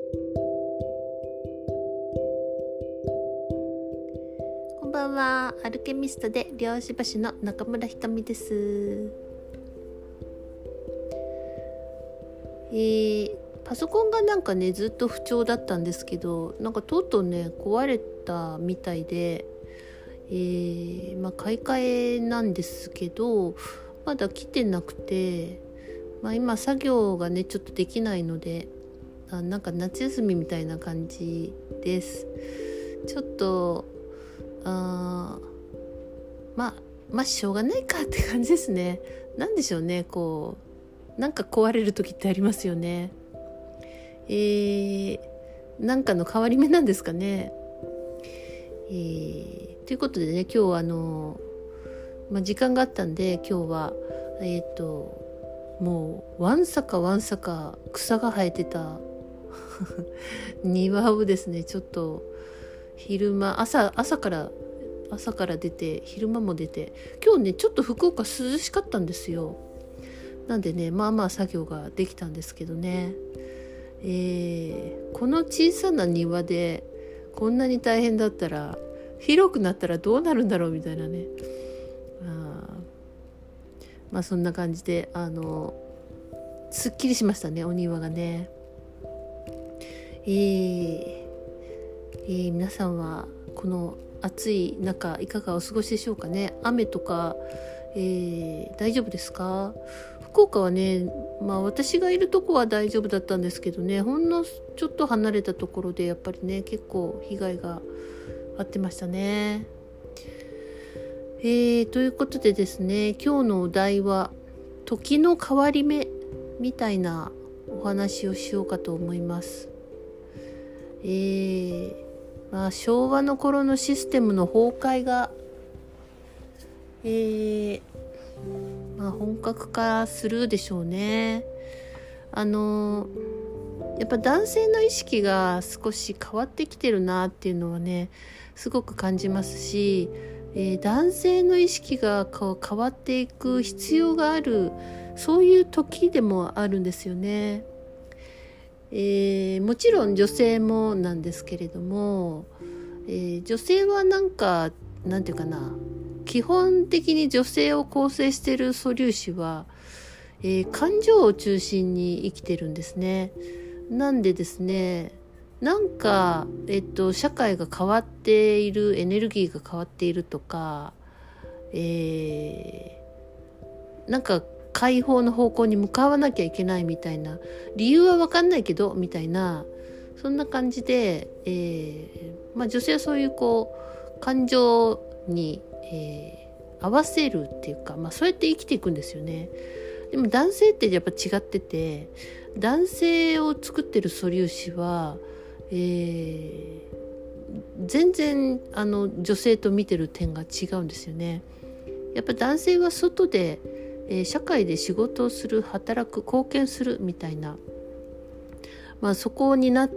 こんばんは。アルケミストで漁師橋の中村ひかみです。パソコンがなんかねずっと不調だったんですけど、なんかとうとうね壊れたみたいで、買い替えなんですけどまだ来てなくて、今作業がねちょっとできないので、なんか夏休みみたいな感じです。ちょっとしょうがないかって感じですね。なんでしょうね、なんか壊れる時ってありますよね。なんかの変わり目なんですかね。ということでね、今日は時間があったんで、今日はもうわんさか草が生えてた庭をですね、ちょっと昼間朝から出て、昼間も出て、今日ねちょっと福岡涼しかったんですよ。なんでね作業ができたんですけどね、この小さな庭でこんなに大変だったら広くなったらどうなるんだろうみたいなね。そんな感じですっきりしましたね、お庭がね。皆さんはこの暑い中いかがお過ごしでしょうかね。雨とか、大丈夫ですか？福岡はね、私がいるとこは大丈夫だったんですけどね、ほんのちょっと離れたところでやっぱりね結構被害があってましたね。ということでですね、今日のお題は時の変わり目みたいなお話をしようかと思います。昭和の頃のシステムの崩壊が、本格化するでしょうね。やっぱ男性の意識が少し変わってきてるなっていうのはねすごく感じますし、男性の意識が変わっていく必要がある、そういう時でもあるんですよね。もちろん女性もなんですけれども、女性はなんていうかな、基本的に女性を構成している素粒子は、感情を中心に生きてるんですね。なんでですね、社会が変わっている、エネルギーが変わっているとか、解放の方向に向かわなきゃいけないみたいな、理由は分かんないけどみたいな、そんな感じで、女性はそういう感情に、合わせるっていうか、そうやって生きていくんですよね。でも男性ってやっぱ違ってて、男性を作ってる素粒子は、全然女性と見てる点が違うんですよね。やっぱ男性は外で、社会で仕事をする、働く、貢献するみたいな、そこになって、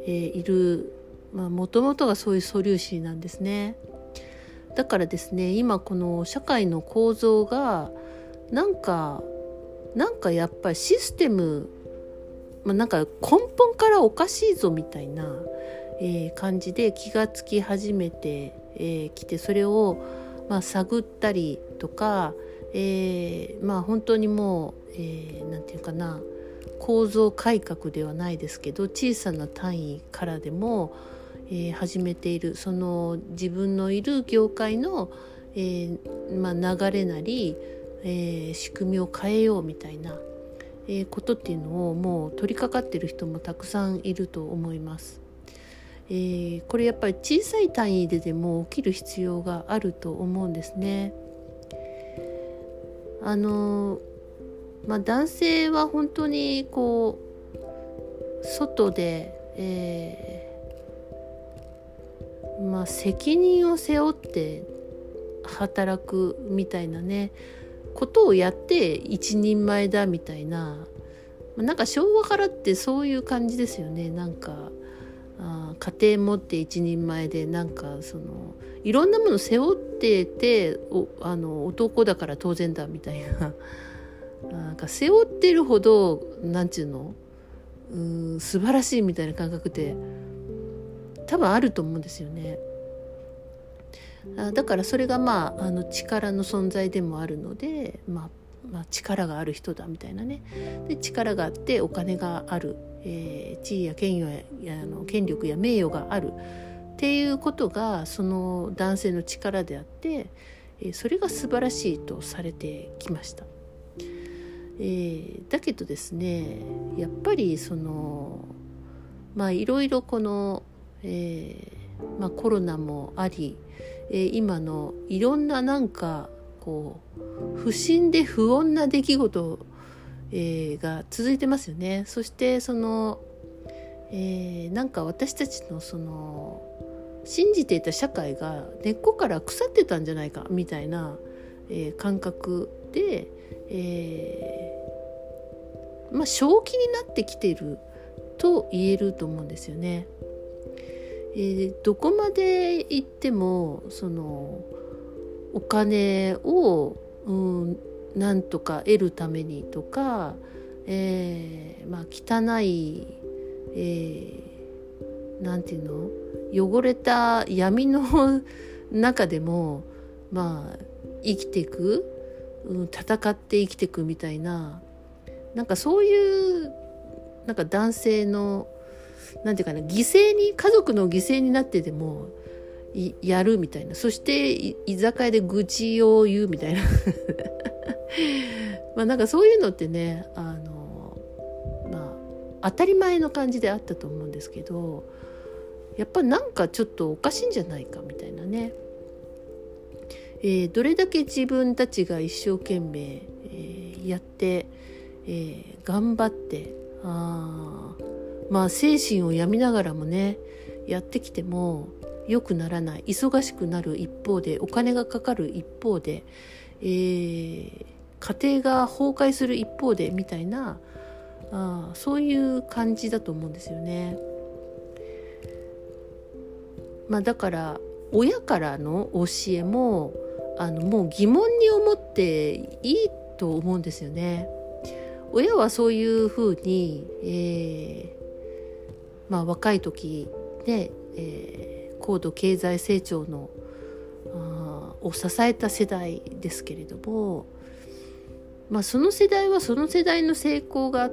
いる、もともとがそういう素粒子なんですね。だからですね、今この社会の構造がなんかやっぱりシステム、根本からおかしいぞみたいな、感じで気がつき始めてきて、それを探ったりとか、本当にもう、なんていうかな、構造改革ではないですけど、小さな単位からでも、始めている、その自分のいる業界の、流れなり、仕組みを変えようみたいな、ことっていうのをもう取り掛かっている人もたくさんいると思います。これやっぱり小さい単位でも起きる必要があると思うんですね。男性は本当に外で、責任を背負って働くみたいなねことをやって一人前だみたいな、昭和からってそういう感じですよね。家庭持って一人前でいろんなもの背負ってて男だから当然だみたいな、背負ってるほど素晴らしいみたいな感覚って多分あると思うんですよね。だからそれが力の存在でもあるので、力がある人だみたいなね。で力があってお金がある、地位や権力や名誉があるっていうことがその男性の力であって、それが素晴らしいとされてきました。だけどですね、やっぱりそのいろいろこの、コロナもあり、今のいろんな不審で不穏な出来事、が続いてますよね。そしてその、私たちのその信じていた社会が根っこから腐ってたんじゃないかみたいな、感覚で、正気になってきていると言えると思うんですよね。どこまで行ってもそのお金を、なんとか得るためにとか、汚い、なんていうの、汚れた闇の中でも生きていく、戦って生きていくみたいな、そういう男性のなんていうかな、家族の犠牲になってでもやるみたいな、そして居酒屋で愚痴を言うみたいなそういうのってね、当たり前の感じであったと思うんですけど、やっぱちょっとおかしいんじゃないかみたいなね。どれだけ自分たちが一生懸命、やって、頑張って精神を病みながらもねやってきても良くならない、忙しくなる一方で、お金がかかる一方で、家庭が崩壊する一方でみたいな、そういう感じだと思うんですよね。だから親からの教えももう疑問に思っていいと思うんですよね。親はそういうふうに、若い時ね、高度経済成長のを支えた世代ですけれども、その世代はその世代の成功があって、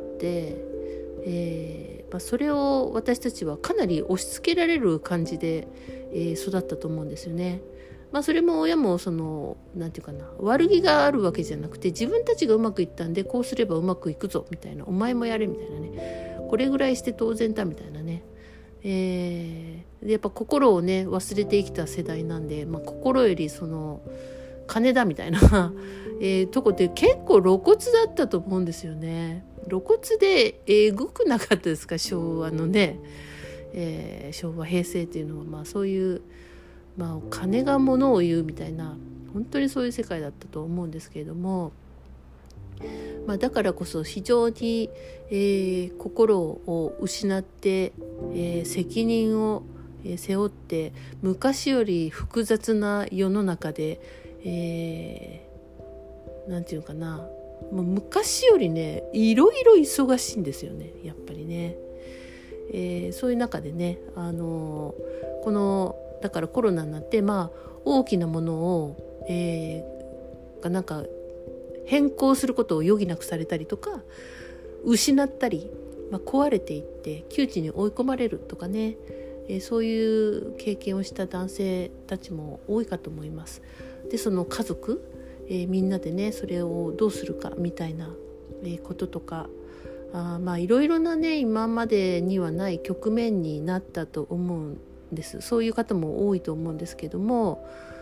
それを私たちはかなり押し付けられる感じで、育ったと思うんですよね。それも親もなんていうかな、悪気があるわけじゃなくて、自分たちがうまくいったんでこうすればうまくいくぞみたいな、お前もやれみたいなね、これぐらいして当然だみたいなね、でやっぱ心をね忘れて生きた世代なんで、心より金だみたいなとこで結構露骨だったと思うんですよね。露骨でえぐくなかったですか、昭和のね、昭和平成っていうのはそういう金が物を言うみたいな、本当にそういう世界だったと思うんですけれども、だからこそ非常に、心を失って、責任を背負って昔より複雑な世の中で、なんていうかな、もう昔よりねいろいろ忙しいんですよね、やっぱりね。そういう中でね、だからコロナになって大きなものを、変更することを余儀なくされたりとか、失ったり、壊れていって窮地に追い込まれるとかね、そういう経験をした男性たちも多いかと思います。でその家族、みんなでねそれをどうするかみたいな、こととか、いろいろなね今までにはない局面になったと思うんです。そういう方も多いと思うんですけども、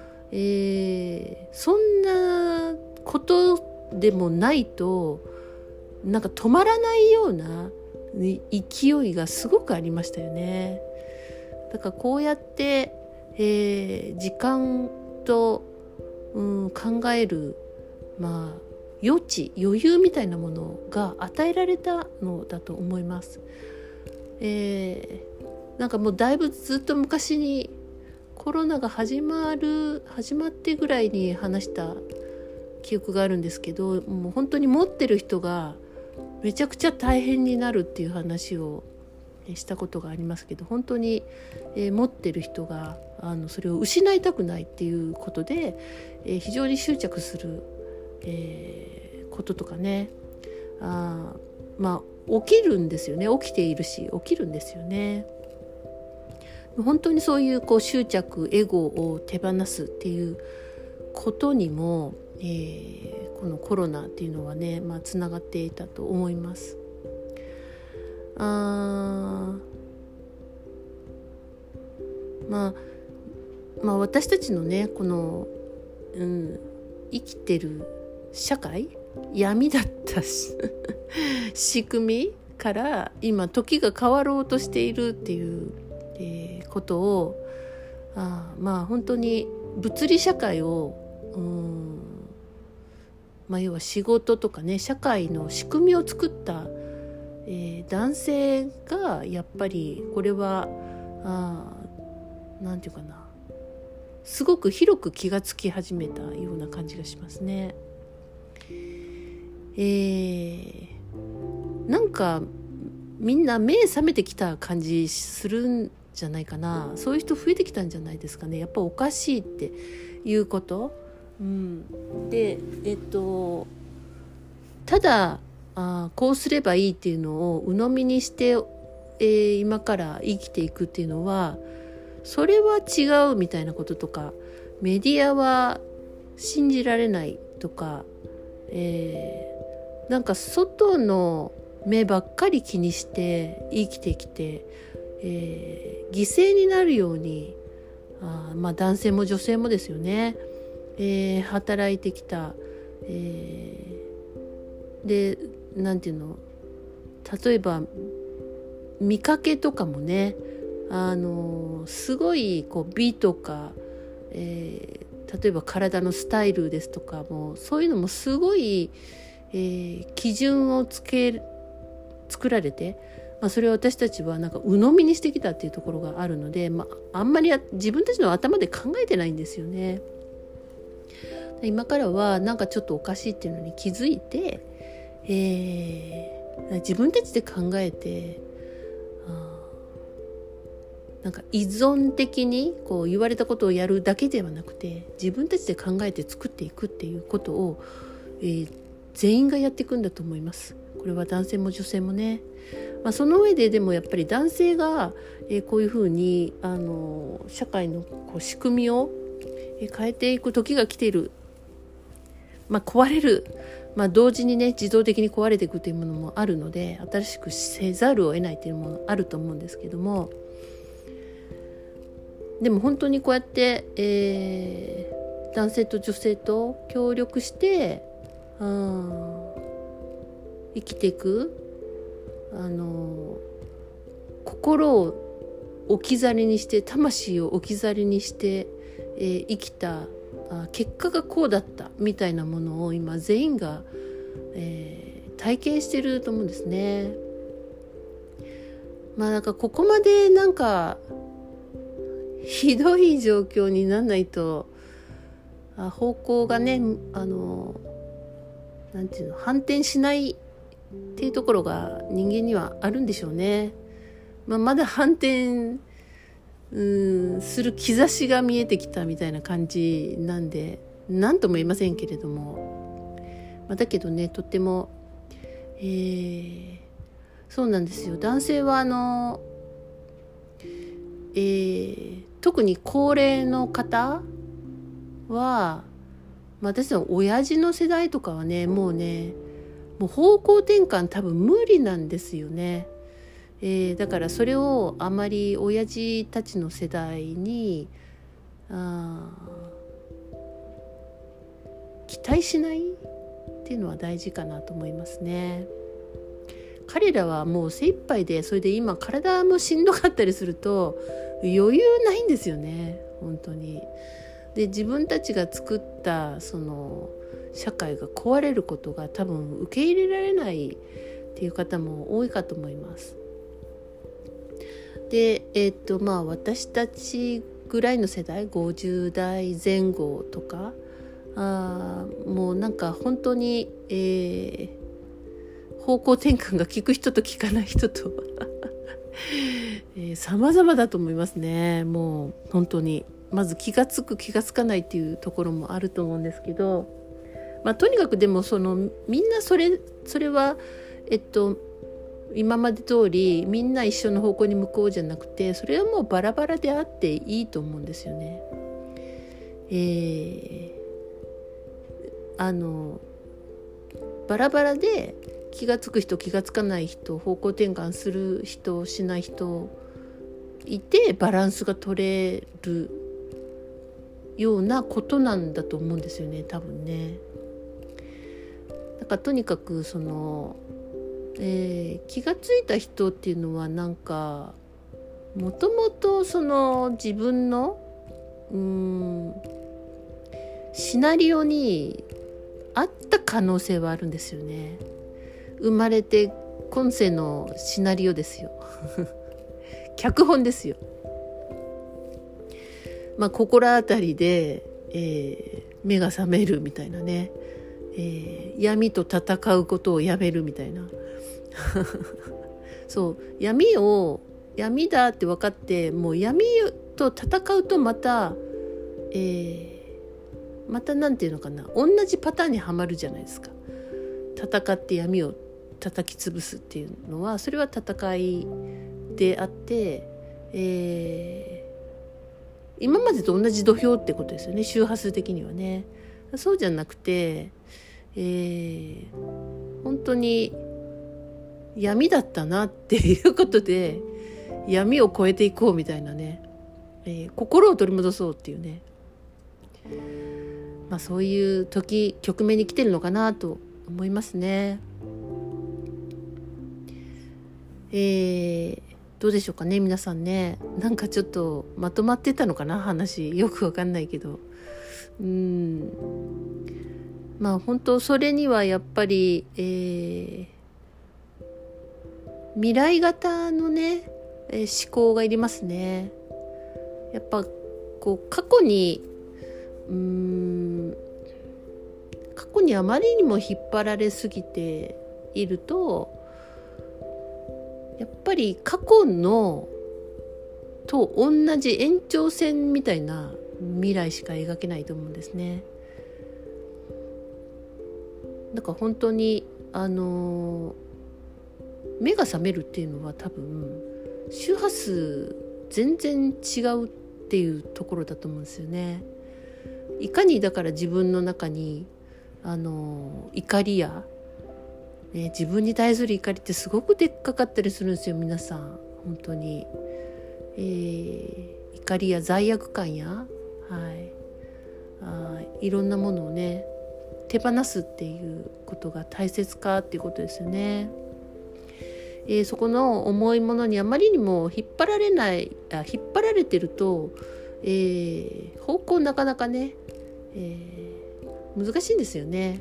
そんなことでもないと止まらないような勢いがすごくありましたよね。だからこうやって、時間と、考える余裕みたいなものが与えられたのだと思います。もうだいぶずっと昔にコロナが始まってぐらいに話した記憶があるんですけど、もう本当に持ってる人がめちゃくちゃ大変になるっていう話をしたことがありますけど、本当に、持ってる人がそれを失いたくないっていうことで、非常に執着する、こととかね、起きるんですよね。起きているし起きるんですよね。本当にそういう執着、エゴを手放すっていうことにも、このコロナっていうのはね、つながっていたと思います。私たちのねこの、生きてる社会、闇だった仕組みから今時が変わろうとしているっていう、ことを本当に物理社会を要は仕事とかね、社会の仕組みを作った、男性がやっぱりこれはなんていうかな、すごく広く気がつき始めたような感じがしますね。なんかみんな目覚めてきた感じするんじゃないかな。そういう人増えてきたんじゃないですかね。やっぱおかしいっていうこと、でただこうすればいいっていうのを鵜呑みにして、今から生きていくっていうのは、それは違うみたいなこととか、メディアは信じられないとか、なんか外の目ばっかり気にして生きてきて、犠牲になるように男性も女性もですよね、働いてきた、でなんていうの、例えば見かけとかもね、すごい美とか、例えば体のスタイルですとかも、そういうのもすごい、基準を作られて、それを私たちはなんか鵜呑みにしてきたっていうところがあるので、あんまり自分たちの頭で考えてないんですよね。今からはなんかちょっとおかしいっていうのに気づいて、自分たちで考えて、なんか依存的に言われたことをやるだけではなくて、自分たちで考えて作っていくっていうことを、全員がやっていくんだと思います。これは男性も女性もね。その上ででもやっぱり男性が、こういうふうに社会の仕組みを変えていく時が来ている。壊れる、同時にね自動的に壊れていくというものもあるので、新しくせざるを得ないというものあると思うんですけども、でも本当にこうやって、男性と女性と協力して生きていく、心を置き去りにして、魂を置き去りにして、生きた結果がこうだったみたいなものを今全員が、体験してると思うんですね。なんかここまでなんかひどい状況にならないと、方向がねなんていうの、反転しないっていうところが人間にはあるんでしょうね。まだ反転する兆しが見えてきたみたいな感じなんで、何とも言えませんけれども、だけどね、とっても、そうなんですよ。男性は特に高齢の方は、私の親父の世代とかはね、もう方向転換多分無理なんですよね。だからそれをあまり親父たちの世代に期待しないっていうのは大事かなと思いますね。彼らはもう精一杯で、それで今体もしんどかったりすると余裕ないんですよね、本当に。で、自分たちが作ったその社会が壊れることが多分受け入れられないっていう方も多いかと思います。で、私たちぐらいの世代、50代前後とかもうなんか本当に、 方向転換が効く人と効かない人と様々だと思いますね。もう本当にまず気がつく気がつかないっていうところもあると思うんですけど、とにかくでもみんなそれは今まで通りみんな一緒の方向に向こうじゃなくて、それはもうバラバラであっていいと思うんですよね。バラバラで気がつく人気がつかない人、方向転換する人しない人いて、バランスが取れるようなことなんだと思うんですよね、多分ね。だからとにかく気がついた人っていうのはなんかもともと自分のシナリオにあった可能性はあるんですよね。生まれて今世のシナリオですよ脚本ですよ。心当たりで、目が覚めるみたいなね、闇と戦うことをやめるみたいなそう闇だって分かって、もう闇と戦うとまたなんていうのかな、同じパターンにはまるじゃないですか。戦って闇を叩き潰すっていうのは、それは戦いであって、今までと同じ土俵ってことですよね、周波数的にはね。そうじゃなくて、本当に闇だったなっていうことで闇を超えていこうみたいなね、心を取り戻そうっていうね、そういう局面に来てるのかなと思いますね。どうでしょうかね、皆さんね。なんかちょっとまとまってたのかな、話よくわかんないけど、本当それにはやっぱり、未来型のね、思考がいりますね。やっぱ過去にあまりにも引っ張られすぎていると、やっぱり過去のと同じ延長線みたいな未来しか描けないと思うんですね。だから本当に目が覚めるっていうのは多分周波数全然違うっていうところだと思うんですよね。いかにだから自分の中に怒りや、自分に対する怒りってすごくでっかかったりするんですよ、皆さん本当に、怒りや罪悪感や、いろんなものをね手放すっていうことが大切かっていうことですよね。そこの重いものにあまりにも引っ張られてると、方向なかなかね、難しいんですよね。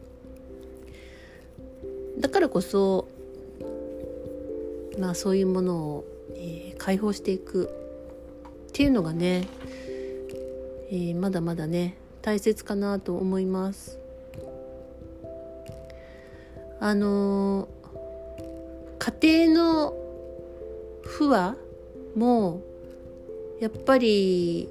だからこそそういうものを、解放していくっていうのがね、まだまだね大切かなと思います。家庭の不和もやっぱり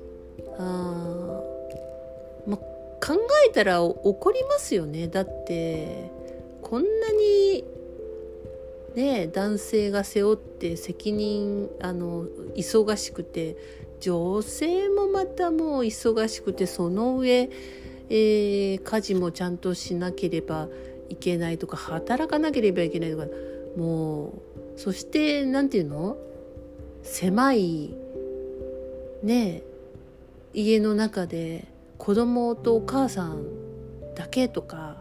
考えたら起こりますよね。だってこんなにね男性が背負って責任忙しくて、女性もまたもう忙しくて、その上、家事もちゃんとしなければいけないとか、働かなければいけないとか、もうそしてなんていうの、狭いね家の中で子供とお母さんだけとか、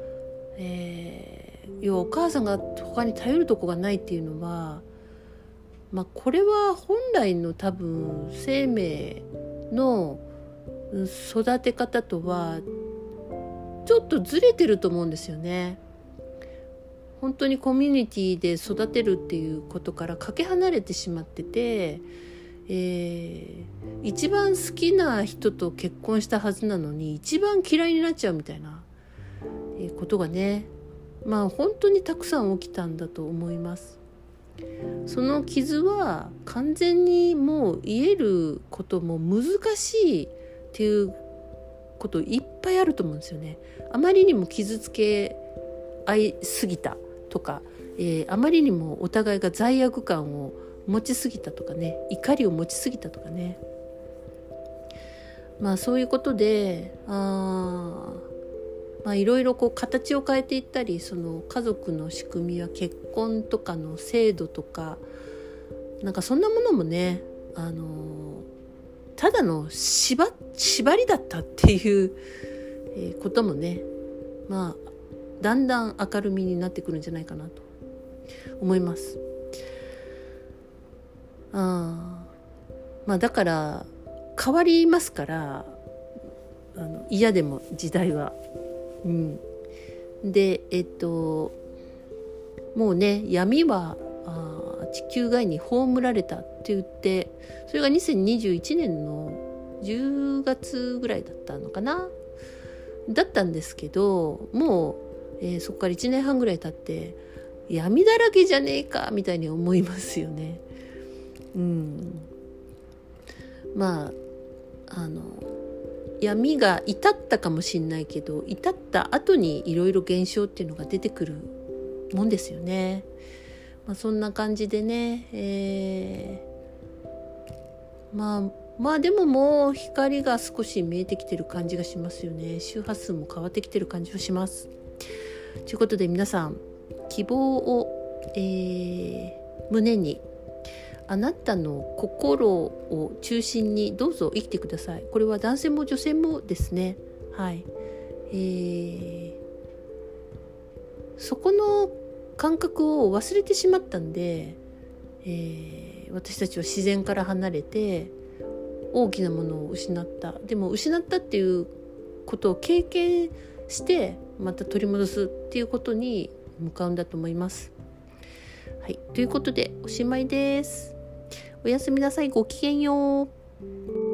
要はお母さんが他に頼るとこがないっていうのは、これは本来の多分生命の育て方とはちょっとずれてると思うんですよね。本当にコミュニティで育てるっていうことからかけ離れてしまってて、一番好きな人と結婚したはずなのに一番嫌いになっちゃうみたいなことがね本当にたくさん起きたんだと思います。その傷は完全にもう癒えることも難しいっていうこといっぱいあると思うんですよね。あまりにも傷つけ合いすぎたとか、あまりにもお互いが罪悪感を持ちすぎたとかね、怒りを持ちすぎたとかね、そういうことでいろいろ形を変えていったり、その家族の仕組みや結婚とかの制度とか、そんなものもね、ただの縛りだったっていう、こともね、だんだん明るみになってくるんじゃないかなと思います。だから変わりますから、嫌でも時代は。でもうね、闇は地球外に葬られたって言って、それが2021年の10月ぐらいだったのかな、だったんですけど、もう、そこから1年半ぐらい経って闇だらけじゃねえかみたいに思いますよね。闇が至ったかもしれないけど、至った後にいろいろ現象っていうのが出てくるもんですよね。そんな感じでね、でももう光が少し見えてきてる感じがしますよね。周波数も変わってきてる感じがします。ということで皆さん、希望を、胸に、あなたの心を中心にどうぞ生きてください。これは男性も女性もですね。はい。そこの感覚を忘れてしまったんで、私たちは自然から離れて大きなものを失った。でも失ったっていうことを経験してまた取り戻すっていうことに向かうんだと思います。はい、ということでおしまいです。おやすみなさい。ごきげんよう。